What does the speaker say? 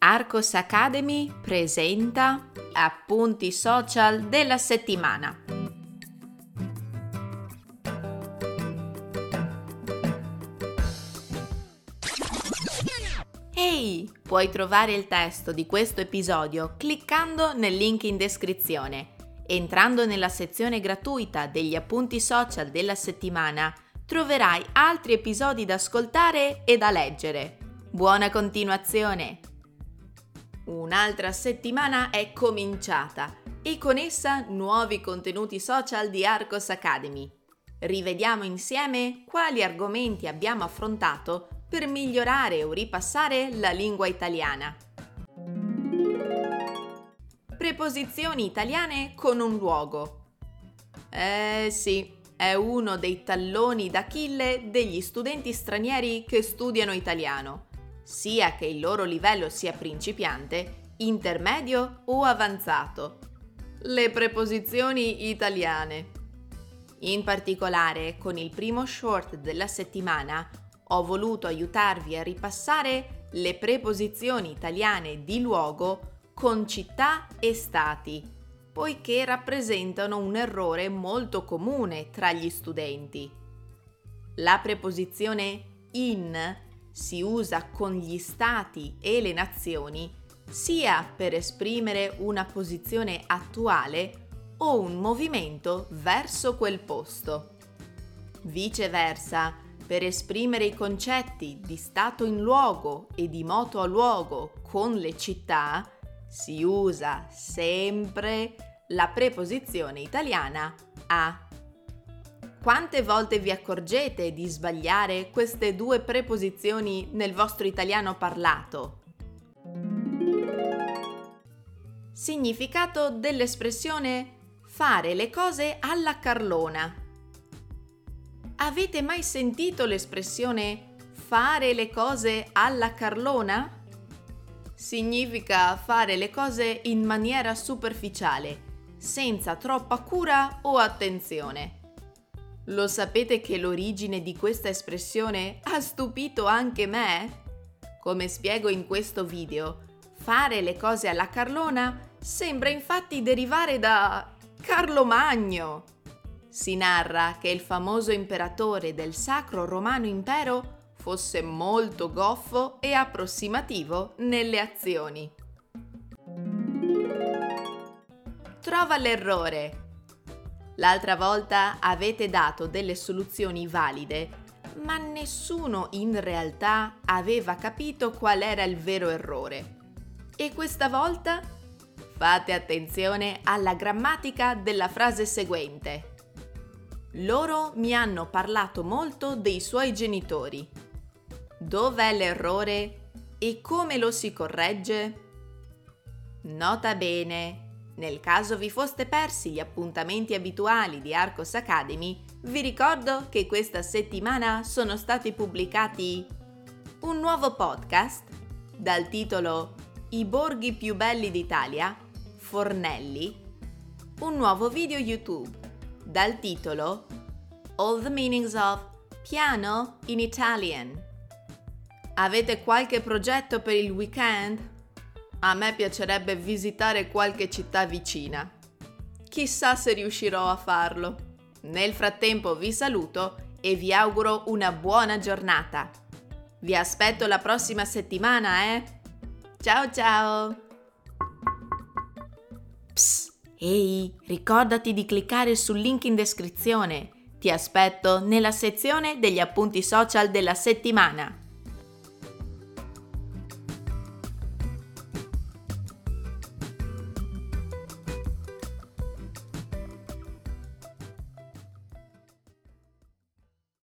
Arcos Academy presenta Appunti social della settimana. Ehi, puoi trovare il testo di questo episodio cliccando nel link in descrizione. Entrando nella sezione gratuita degli appunti social della settimana, troverai altri episodi da ascoltare e da leggere. Buona continuazione! Un'altra settimana è cominciata e con essa nuovi contenuti social di Arcos Academy. Rivediamo insieme quali argomenti abbiamo affrontato per migliorare o ripassare la lingua italiana. Preposizioni italiane con un luogo. Sì, è uno dei talloni d'Achille degli studenti stranieri che studiano italiano, sia che il loro livello sia principiante, intermedio o avanzato. Le preposizioni italiane. In particolare, con il primo short della settimana, ho voluto aiutarvi a ripassare le preposizioni italiane di luogo con città e stati, poiché rappresentano un errore molto comune tra gli studenti. La preposizione in si usa con gli stati e le nazioni sia per esprimere una posizione attuale o un movimento verso quel posto. Viceversa, per esprimere i concetti di stato in luogo e di moto a luogo con le città, si usa sempre la preposizione italiana a. Quante volte vi accorgete di sbagliare queste due preposizioni nel vostro italiano parlato? Significato dell'espressione fare le cose alla carlona. Avete mai sentito l'espressione fare le cose alla carlona? Significa fare le cose in maniera superficiale, senza troppa cura o attenzione. Lo sapete che l'origine di questa espressione ha stupito anche me? Come spiego in questo video, fare le cose alla carlona sembra infatti derivare da Carlo Magno. Si narra che il famoso imperatore del Sacro Romano Impero fosse molto goffo e approssimativo nelle azioni. Trova l'errore. L'altra volta avete dato delle soluzioni valide, ma nessuno in realtà aveva capito qual era il vero errore. E questa volta? Fate attenzione alla grammatica della frase seguente. Loro mi hanno parlato molto dei suoi genitori. Dov'è l'errore e come lo si corregge? Nota bene. Nel caso vi foste persi gli appuntamenti abituali di Arcos Academy, vi ricordo che questa settimana sono stati pubblicati un nuovo podcast dal titolo I borghi più belli d'Italia, Fornelli, un nuovo video YouTube dal titolo All the Meanings of Piano in Italian. Avete qualche progetto per il weekend? A me piacerebbe visitare qualche città vicina. Chissà se riuscirò a farlo. Nel frattempo vi saluto e vi auguro una buona giornata. Vi aspetto la prossima settimana, Ciao ciao! Psst, ehi, ricordati di cliccare sul link in descrizione. Ti aspetto nella sezione degli appunti social della settimana.